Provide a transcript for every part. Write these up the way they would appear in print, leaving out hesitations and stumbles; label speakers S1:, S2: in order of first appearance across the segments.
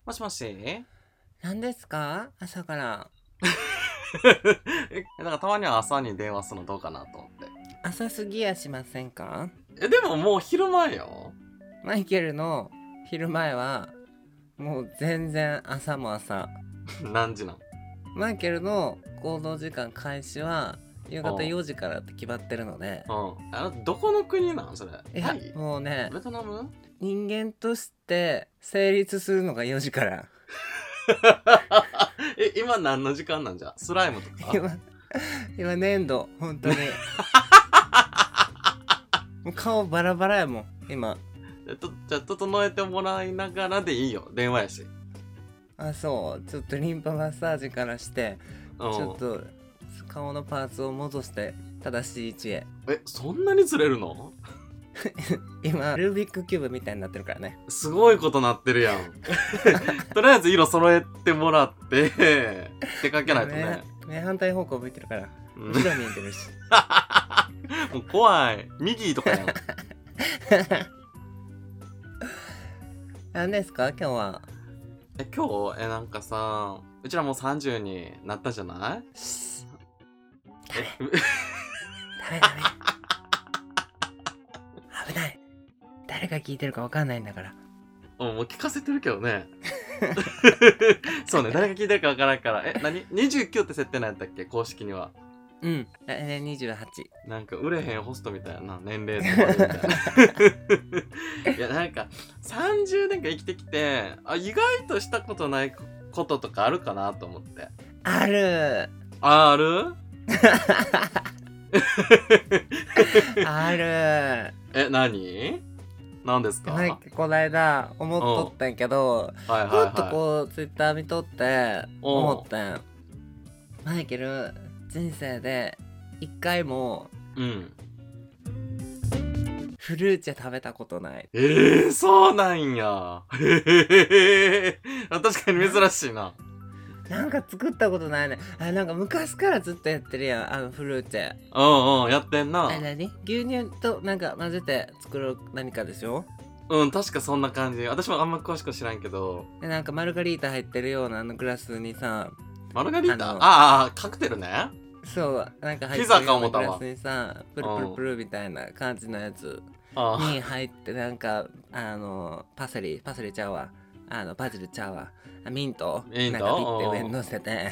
S1: もしもし
S2: 何ですか朝から。
S1: なんかたまには朝に電話するのどうかなと思って。
S2: 朝すぎやしませんか？
S1: でももう昼前よ。
S2: マイケルの昼前はもう全然朝も朝。
S1: 何時なん？
S2: マイケルの行動時間開始は夕方4時からって決まってるので。
S1: どこの国なんそれ？
S2: いや、もうね、
S1: ベトナム？
S2: 人間として成立するのが4時から
S1: 今何の時間なんじゃ？スライムとか？
S2: 今粘土、本当にもう顔バラバラやもん今。
S1: じゃあ整えてもらいながらでいいよ、電話やし。
S2: そう、ちょっとリンパマッサージからして、ちょっと顔のパーツを戻して正しい位置へ。
S1: そんなにずれるの？
S2: 今ルービックキューブみたいになってるからね。
S1: すごいことなってるやん。とりあえず色揃えてもらって出かけないとね。
S2: 目反対方向向いてるから後ろ見えてるし。
S1: もう怖い。右とかやん。
S2: 何ですか今日は？
S1: 今日なんかさ、うちらもう30になったじゃない？
S2: ダメ危ない。誰が聞いてるか分かんないんだから。
S1: もう聞かせてるけどね。そうね、誰が聞いてるか分からんから。何 ?29 って設定なんやったっけ公式には。
S2: うん、28。
S1: なんか売れへんホストみたいな年齢とかみたいな。いやなんか30年間生きてきて、意外としたことないこととかあるかなと思って。
S2: ある
S1: ある
S2: ある。
S1: 何ですか？
S2: なんかこないだ思っとったんやけど、ふっとこうツイッター見とって思ったん。マイケル人生で一回もフルーチェ食べたことない。
S1: そうなんや。確かに珍しいな。
S2: なんか作ったことないね。なんか昔からずっとやってるやん、フルーチェ。
S1: やってんな。
S2: 何？牛乳となんか混ぜて作る何かでしょ？
S1: 確かそんな感じ。私もあんま詳しく知らんけど。
S2: でなんかマルガリータ入ってるようなグラスにさ。
S1: マルガリータ？カクテルね。
S2: そう、なんか入ってるようなグラスにさ、プルプルプルみたいな感じのやつに入って、なんかパセリちゃうわ、バジルちゃうわ、ミントなんかピッて上に乗せて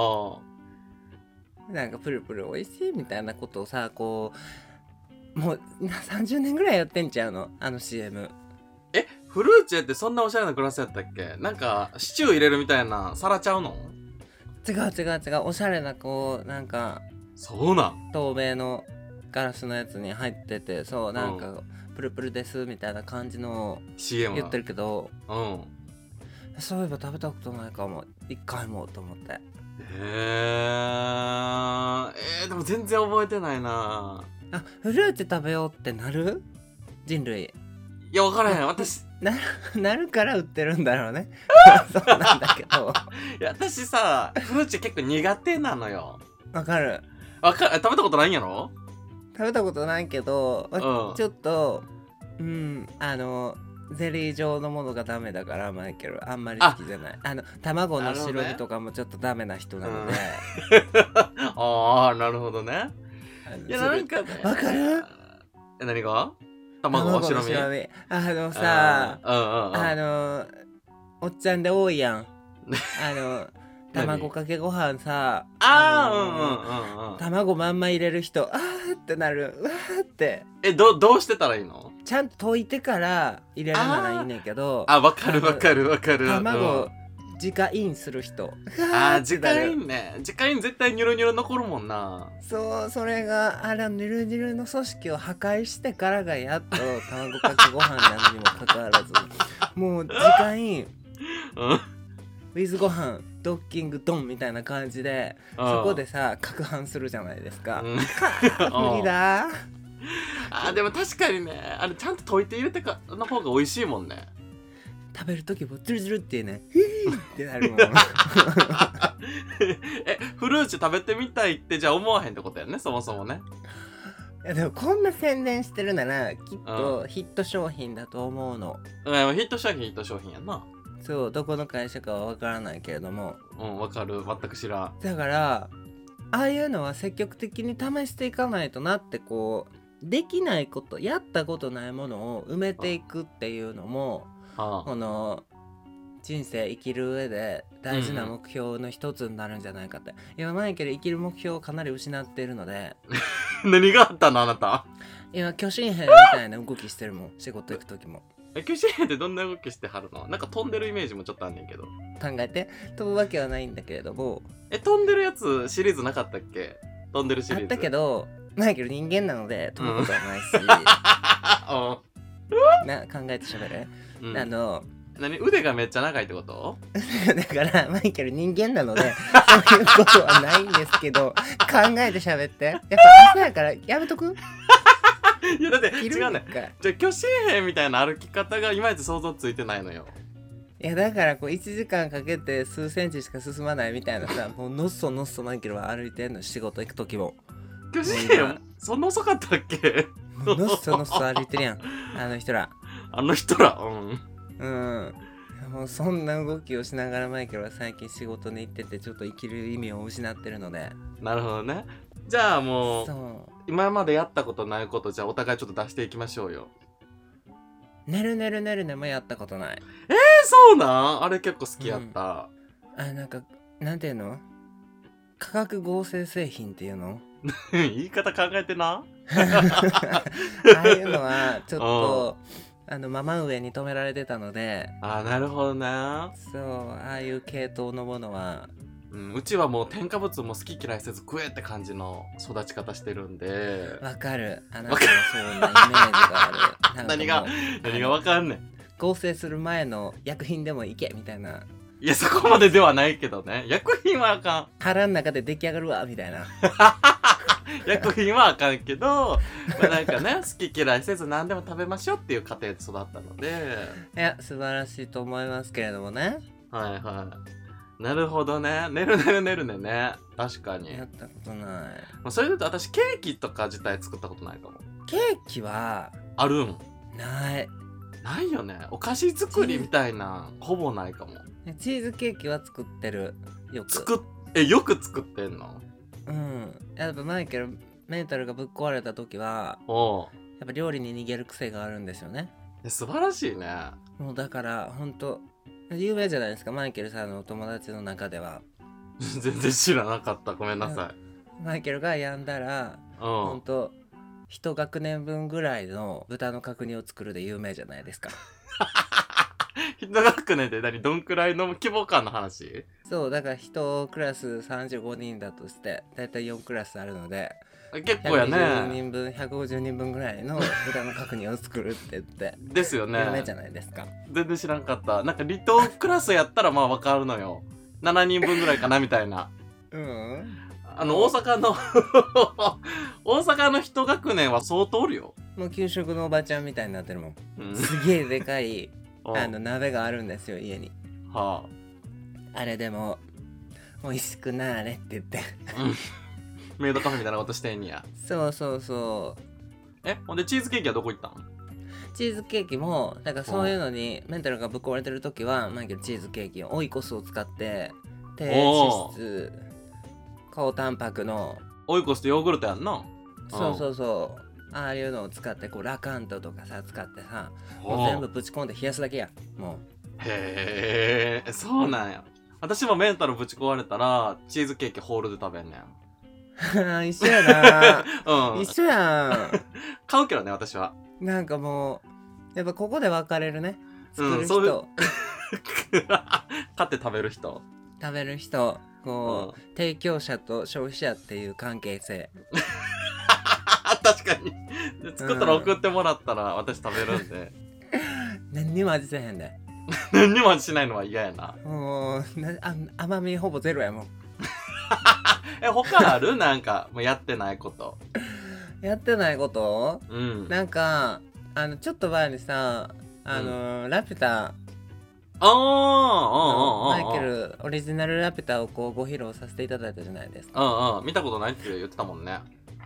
S2: なんかプルプル美味しいみたいなことをさ、こうもう30年ぐらいやってんちゃうのCM。
S1: フルーチェってそんなおしゃれなグラスやったっけ？なんかシチュー入れるみたいな皿ちゃうの？
S2: 違う、おしゃれなこうなんか
S1: そうなん
S2: 透明のガラスのやつに入ってて、そうなんかプルプルですみたいな感じの
S1: CM
S2: 言ってるけど、そういえば食べたことないかも、一回もと思って。
S1: でも全然覚えてないな。
S2: フルーツ食べようってなる？人類。
S1: いや分からへん。私
S2: なるから売ってるんだろうね。そうなんだけど。
S1: いや私さ、フルーツ結構苦手なのよ。
S2: わかる。
S1: 食べたことないんやろ？
S2: 食べたことないけど、ちょっとゼリー状のものがダメだから、マイケルあんまり好きじゃない。卵の白身とかもちょっとダメな人なので。
S1: なるほどね。いやなんかね。
S2: わかる？
S1: 何が？卵の白身。
S2: さ、おっちゃんで多いやん。卵かけご飯さ、卵まんま入れる人、ーってなる。うわーって。
S1: どうしてたらいいの？
S2: ちゃんと溶いてから入れるならいいねんけど。
S1: わかる。
S2: 卵、直インする人。
S1: 直インね。直イン絶対ニュルニュル残るもんな。
S2: そう、それがニュルニュルの組織を破壊してからがやっと卵かけご飯なのにもかかわらず、もう直インウィズご飯ドッキングドンみたいな感じで、そこでさ攪拌するじゃないですか。無理だ。
S1: でも確かにね、ちゃんと溶いて入れてからの方が美味しいもんね。
S2: 食べるときもズルズルってね、ヒーってなるもん。
S1: フルーツ食べてみたいってじゃあ思わへんってことやね、そもそもね。
S2: いやでもこんな宣伝してるならきっとヒット商品だと思うの。
S1: ヒット商品やんな。
S2: そうどこの会社かはわからないけれども、
S1: わかる。全く知らん。
S2: だからああいうのは積極的に試していかないとなって、こうできないこと、やったことないものを埋めていくっていうのも、この人生生きる上で大事な目標の一つになるんじゃないかって、今マイケル生きる目標をかなり失っているので
S1: 何があったのあなた。
S2: 今巨神兵みたいな動きしてるもん、仕事行く時も。
S1: 巨神兵ってどんな動きしてはるの？なんか飛んでるイメージもちょっとあんねんけど。
S2: 考えて、飛ぶわけはないんだけれども。
S1: 飛んでるやつシリーズなかったっけ？飛んでるシリーズ
S2: あったけど、マイケル人間なので飛ぶことはないし、考えてしゃべる、
S1: 何腕がめっちゃ長いってこと？
S2: だからマイケル人間なのでそういうことはないんですけど、考えてしゃべって。やっぱ朝やからやめとく。
S1: いやだって違うね。じゃあ巨神兵みたいな歩き方がいまいち想像ついてないのよ。
S2: いやだからこう1時間かけて数センチしか進まないみたいなさ、もうのっそのっそマイケルは歩いてんの、仕事行く時も。
S1: 巨神兵そんな遅かったっけ？
S2: のっそのっそ歩いてるやん、あの人ら。もうそんな動きをしながらマイケルは最近仕事に行ってて、ちょっと生きる意味を失ってるので。
S1: なるほどね。じゃあもう今までやったことないこと、じゃあお互いちょっと出していきましょうよ。
S2: ねるねるねるねもやったことない。
S1: そうなん？あれ結構好きやった。
S2: なんかなんていうの、化学合成製品っていうの
S1: 言い方考えてな。
S2: ああいうのはちょっとママ上に止められてたので。
S1: なるほどね。
S2: そう、ああいう系統のものは、
S1: うちはもう添加物も好き嫌いせず食えって感じの育ち方してるんで。
S2: わかる。あなたはそうなイメージがある。
S1: 何がわかんねん。
S2: 合成する前の薬品でもいけみたいな。
S1: いやそこまでではないけどね。薬品はあかん。
S2: 腹の中で出来上がるわみたいな。
S1: 薬品はあかんけど、なんかね、好き嫌いせず何でも食べましょうっていう家庭で育ったので。
S2: いや素晴らしいと思いますけれどもね。
S1: はいはい。なるほどね。ねるね。確かに。
S2: やったことない。
S1: それだと私ケーキとか自体作ったことないかも。
S2: ケーキは
S1: あるん？
S2: ない
S1: よね。お菓子作りみたいなほぼないかも。
S2: チーズケーキは作ってる。よく
S1: よく作ってんの？
S2: やっぱマイケルメンタルがぶっ壊れた時はやっぱ料理に逃げる癖があるんですよね。
S1: 素晴らしいね。
S2: もうだからほんと有名じゃないですか、マイケルさんのお友達の中では。
S1: 全然知らなかった、ごめんなさい。
S2: マイケルが病んだらほんと一学年分ぐらいの豚の角煮を作るで有名じゃないですか。
S1: 一学年でどんくらいの規模感の話？
S2: そうだから1クラス35人だとしてだいたい4クラスあるので
S1: 結構やね。
S2: 150人分ぐらいの豚の角煮を作るって言って
S1: ですよね。
S2: 有名じゃないですか。
S1: 全然知らんかった。なんか離島クラスやったらまあわかるのよ。7人分ぐらいかなみたいな。大阪の大阪の一学年は相当おるよ。
S2: もう給食のおばちゃんみたいになってるもん、すげえでかい鍋があるんですよ家に。あれでも美味しくなーれって言って
S1: メイドカフェみたいなことしてんや。
S2: そう
S1: ほんでチーズケーキはどこ行ったん？
S2: チーズケーキもだからそういうのにメンタルがぶっ壊れてる時はマイケルチーズケーキをオイコスを使って低脂質高タンパクの
S1: オイコスってヨーグルトやんな。
S2: そうああいうのを使ってこうラカントとかさ使ってさもう全部ぶち込んで冷やすだけやもう。
S1: へえ、そうなんや。私もメンタルぶち壊れたらチーズケーキホールで食べんねん。
S2: 一緒やな一緒やん。
S1: 買うけどね私は。
S2: なんかもうやっぱここで分かれるね。作る人、
S1: 買って食べる人
S2: こう、提供者と消費者っていう関係性。
S1: 確かに。作ったら送ってもらったら私食べるんで。
S2: 何にも味せへんで。
S1: 何にも味しないのは嫌やな。
S2: もう甘みほぼゼロやもん。
S1: 他ある？なんかもうやってないこと。
S2: やってないこと？なんかちょっと前にさラピュタマイケルオリジナルラピュタをこうご披露させていただいたじゃないですか。
S1: 見たことないって言ってたもんね。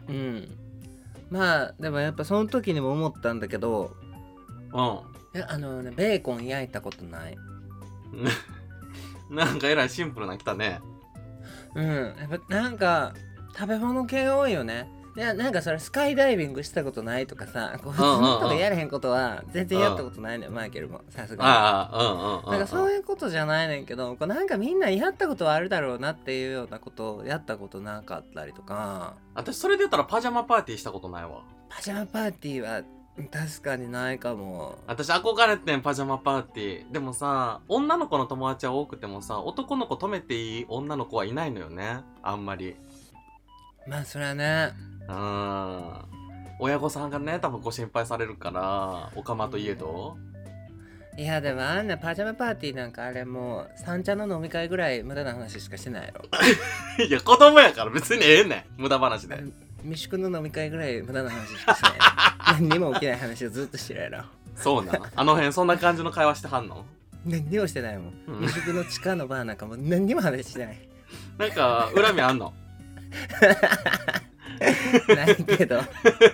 S2: まあでもやっぱその時にも思ったんだけど、ベーコン焼いたことない。
S1: なんかえらいシンプルな来たね。
S2: やっぱなんか食べ物系が多いよね。いやなんかそれスカイダイビングしたことないとかさ、こう普通の人がやれへんことは全然やったことないね、マイケルもさすがに。なんかそういうことじゃないねんけど、こうなんかみんなやったことはあるだろうなっていうようなことをやったことなかったりとか。
S1: 私それで言ったらパジャマパーティーしたことないわ。
S2: パジャマパーティーは確かにないかも。
S1: 私憧れてん、パジャマパーティー。でもさ、女の子の友達は多くてもさ、男の子止めていい女の子はいないのよね、あんまり。
S2: まあそれはね。
S1: 親御さんがね多分ご心配されるからおかまといえど。
S2: いやでもあんなパジャマパーティーなんかあれもう三茶の飲み会ぐらい無駄な話しかしてないやろ。
S1: いや子供やから別にええねん無駄話で。
S2: 三宿の飲み会ぐらい無駄な話しかしない何にも起きない話をずっとしてるやろ。
S1: そうなあの辺そんな感じの会話してはんの？
S2: 何にもしてないもん、三宿の地下のバーなんかも何にも話してない。
S1: なんか恨みあんの？
S2: ないけど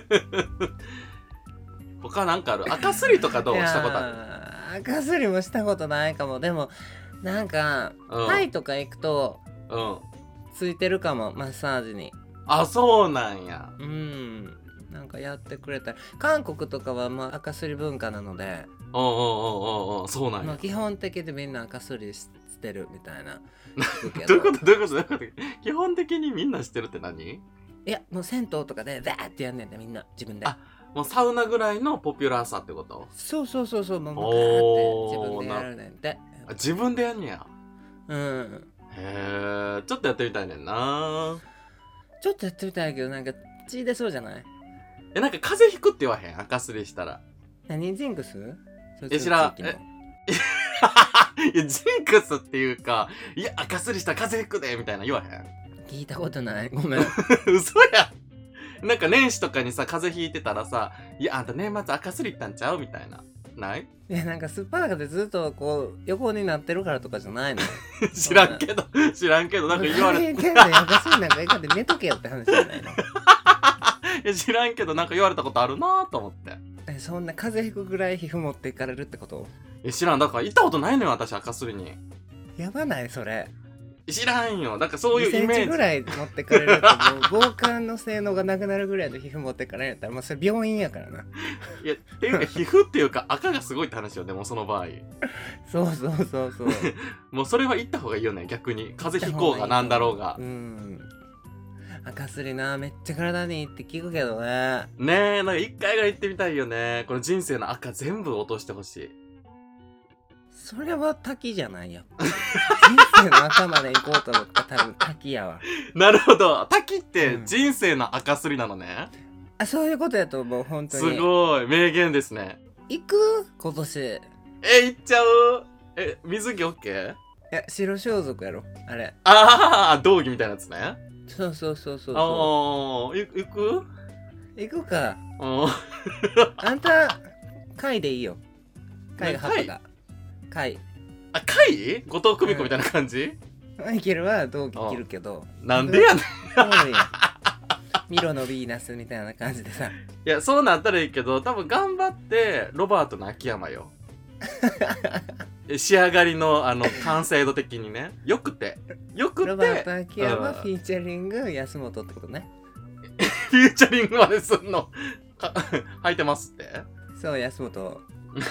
S1: 他なんかある？赤すりとかどうしたことあ
S2: る？赤すりもしたことないかも。でもなんか、タイとか行くとついてるかも、マッサージに。
S1: あ、そうなんや。
S2: なんかやってくれたり。韓国とかはまあ赤すり文化なので、
S1: そうなんや。
S2: まあ、基本的にみんな赤すりしてるみたいな。
S1: どういうこと基本的にみんなしてるって何？
S2: いやもう銭湯とかでバーってやんねんだみんな自分で。
S1: あ、もうサウナぐらいのポピュラーさってこと？
S2: そうもうバーって自分でやるねんて。
S1: 自分でやんねや。
S2: へ
S1: え、ちょっとやってみたいねんな。
S2: ちょっとやってみたいけどなんか血出そうじゃない？
S1: なんか風邪ひくって言わへん？赤すりしたら。
S2: 何ジンクス？
S1: 知らん。いやジンクスっていうか、いや赤すりしたら風邪ひくでみたいな言わへん？
S2: 聞いたことない。ごめん。
S1: 嘘や。なんか年始とかにさ風邪ひいてたらさ、いやあんた年末赤すり行ったんちゃうみたいな。ない？
S2: いやなんかスッパーカでずっとこう横になってるからとかじゃないの？
S1: 知らんけどなんか言われて。
S2: 赤すりなんかいかんで寝とけよって話じゃないの？
S1: いや知らんけどなんか言われたことあるなと思って。
S2: そんな風邪ひくぐらい皮膚持っていかれるってこと？
S1: 知らん。だから行ったことないのよ私赤すりに。
S2: やばないそれ。
S1: 知らんよ。なんかそういうイメージ。2センチ
S2: ぐらい持ってかれるともう防寒の性能がなくなるぐらいの皮膚持ってかれるったらもうそれ病院やからな。
S1: いやっていうか皮膚っていうか赤がすごいって話よ。でもその場合
S2: そう
S1: もうそれは行った方がいいよね逆に。風邪ひこうがなんだろうが。
S2: 赤すりなめっちゃ体にいいって聞くけどね。
S1: ねえ、なんか一回ぐらい行ってみたいよね。この人生の赤全部落としてほしい。
S2: それは滝じゃないや。人生の赤まで行こうと思ったら多分滝やわ。
S1: なるほど。滝って人生の赤すりなのね。
S2: そういうことやと思う本当に。
S1: すごい名言ですね。
S2: 行く？今年。
S1: 行っちゃう？水着 OK？
S2: いや白装束やろあれ。
S1: 道着みたいなやつね。
S2: そう。
S1: 行く？
S2: 行くか。あんた貝でいいよ。貝が葉っぱが。貝？
S1: 貝？後藤久美子みたいな感じ？
S2: マイケルは同期着るけど。
S1: なんでやねん。
S2: ミロのヴィーナスみたいな感じでさ。
S1: いやそうなったらいいけど多分頑張ってロバートの秋山よ。仕上がりの完成度的にね。よくて
S2: ロバート秋山フィーチャリング安本ってことね。
S1: フィーチャリングまですんの履いてますって。
S2: そう安本。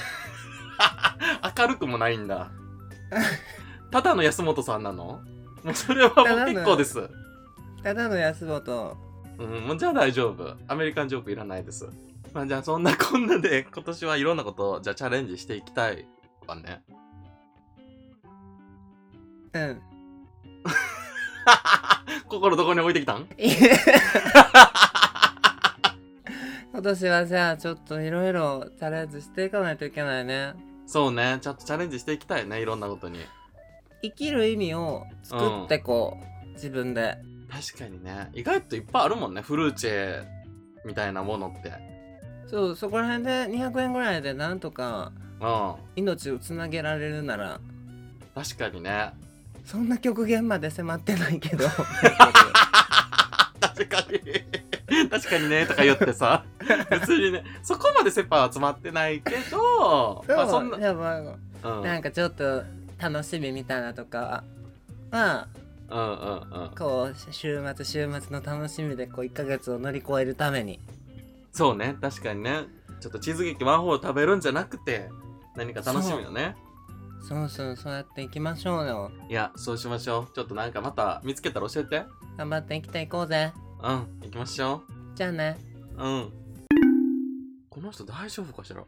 S1: 明るくもないんだ。ただの安本さんなの？もうそれはもう結構です。
S2: ただの安本。
S1: もうじゃあ大丈夫。アメリカンジョークいらないです。まあじゃあそんなこんなで今年はいろんなことをじゃあチャレンジしていきたいわね。心どこに置いてきたん？
S2: 今年はじゃあちょっといろいろチャレンジしていかないといけないね。
S1: そうね、ちょっとチャレンジしていきたいね、いろんなことに。
S2: 生きる意味を作ってこう、自分で。
S1: 確かにね、意外といっぱいあるもんね、フルーチェみたいなものって。
S2: そう、そこら辺で200円ぐらいでなんとか命をつなげられるなら。
S1: 確かにね。
S2: そんな極限まで迫ってないけど。
S1: 確かにねとか言ってさ、別にねそこまでセパは集まってないけど、
S2: そう、まあそんな、なんかちょっと楽しみみたいなとかま
S1: あ
S2: こう週末の楽しみでこう1ヶ月を乗り越えるために
S1: そうね、確かにね。ちょっとチーズケーキワンホール食べるんじゃなくて何か楽しみよね。
S2: そうやっていきましょうよ。
S1: いや、そうしましょう。ちょっとなんかまた見つけたら教えて。
S2: 頑張って生きていこうぜ。
S1: うん、行きましょ
S2: じゃあね。
S1: う。うん。この人大丈夫かしら。